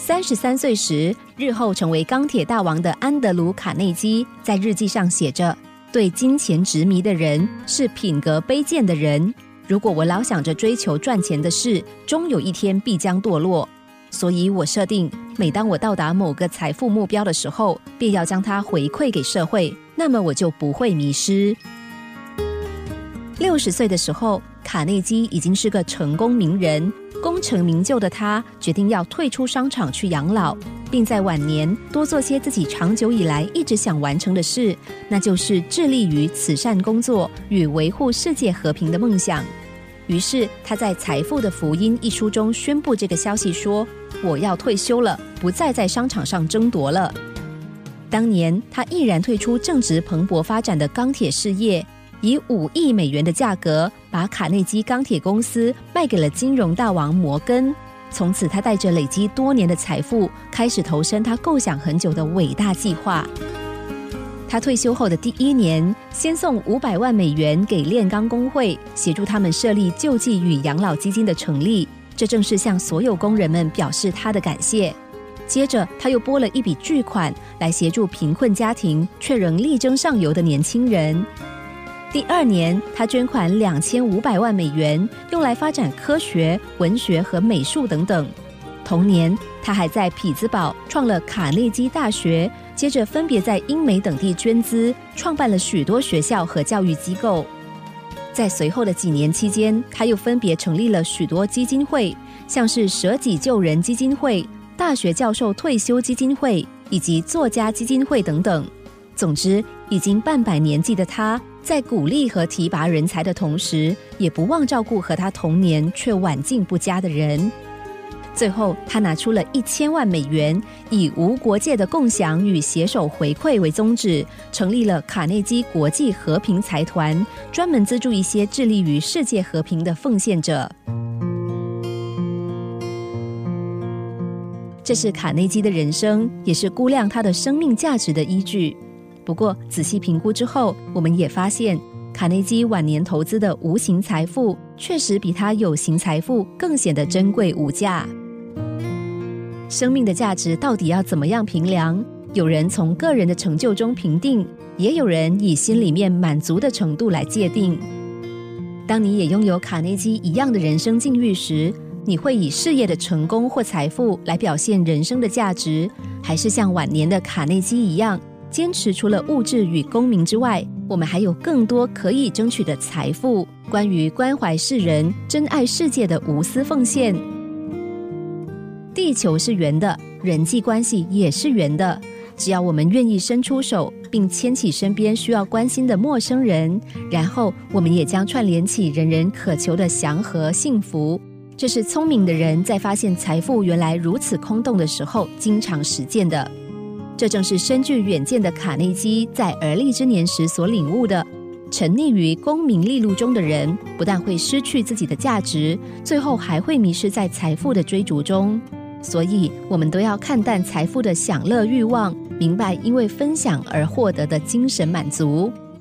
33岁时，日后成为钢铁大王的安德鲁·卡内基在日记上写着，对金钱执迷的人是品格卑贱的人，如果我老想着追求赚钱的事，终有一天必将堕落，所以我设定每当我到达某个财富目标的时候，便要将它回馈给社会，那么我就不会迷失。60岁的时候，卡内基已经是个成功名人，功成名就的他决定要退出商场去养老，并在晚年多做些自己长久以来一直想完成的事，那就是致力于慈善工作与维护世界和平的梦想。于是他在《财富的福音》一书中宣布这个消息说，我要退休了，不再在商场上争夺了。当年他毅然退出正值蓬勃发展的钢铁事业，以5亿美元的价格把卡内基钢铁公司卖给了金融大王摩根。从此他带着累积多年的财富，开始投身他构想很久的伟大计划。他退休后的第1年，先送500万美元给炼钢工会，协助他们设立救济与养老基金的成立，这正是向所有工人们表示他的感谢。接着他又拨了一笔巨款来协助贫困家庭却仍力争上游的年轻人。第2年，他捐款2500万美元，用来发展科学、文学和美术等等。同年，他还在匹兹堡创了卡内基大学，接着分别在英美等地捐资，创办了许多学校和教育机构。在随后的几年期间，他又分别成立了许多基金会，像是舍己救人基金会、大学教授退休基金会以及作家基金会等等。总之，已经半百年纪的他，在鼓励和提拔人才的同时，也不忘照顾和他同年却晚境不佳的人。最后，他拿出了1000万美元，以无国界的共享与携手回馈为宗旨，成立了卡内基国际和平财团，专门资助一些致力于世界和平的奉献者。这是卡内基的人生，也是估量他的生命价值的依据。不过仔细评估之后，我们也发现卡内基晚年投资的无形财富确实比他有形财富更显得珍贵无价。生命的价值到底要怎么样评量？有人从个人的成就中评定，也有人以心里面满足的程度来界定。当你也拥有卡内基一样的人生境遇时，你会以事业的成功或财富来表现人生的价值，还是像晚年的卡内基一样，坚持除了物质与功名之外，我们还有更多可以争取的财富，关于关怀世人、珍爱世界的无私奉献。地球是圆的，人际关系也是圆的，只要我们愿意伸出手，并牵起身边需要关心的陌生人，然后我们也将串联起人人渴求的祥和幸福。这是聪明的人在发现财富原来如此空洞的时候经常实践的。这正是深具远见的卡内基在而立之年时所领悟的。沉溺于功名利禄中的人，不但会失去自己的价值，最后还会迷失在财富的追逐中。所以我们都要看淡财富的享乐欲望，明白因为分享而获得的精神满足。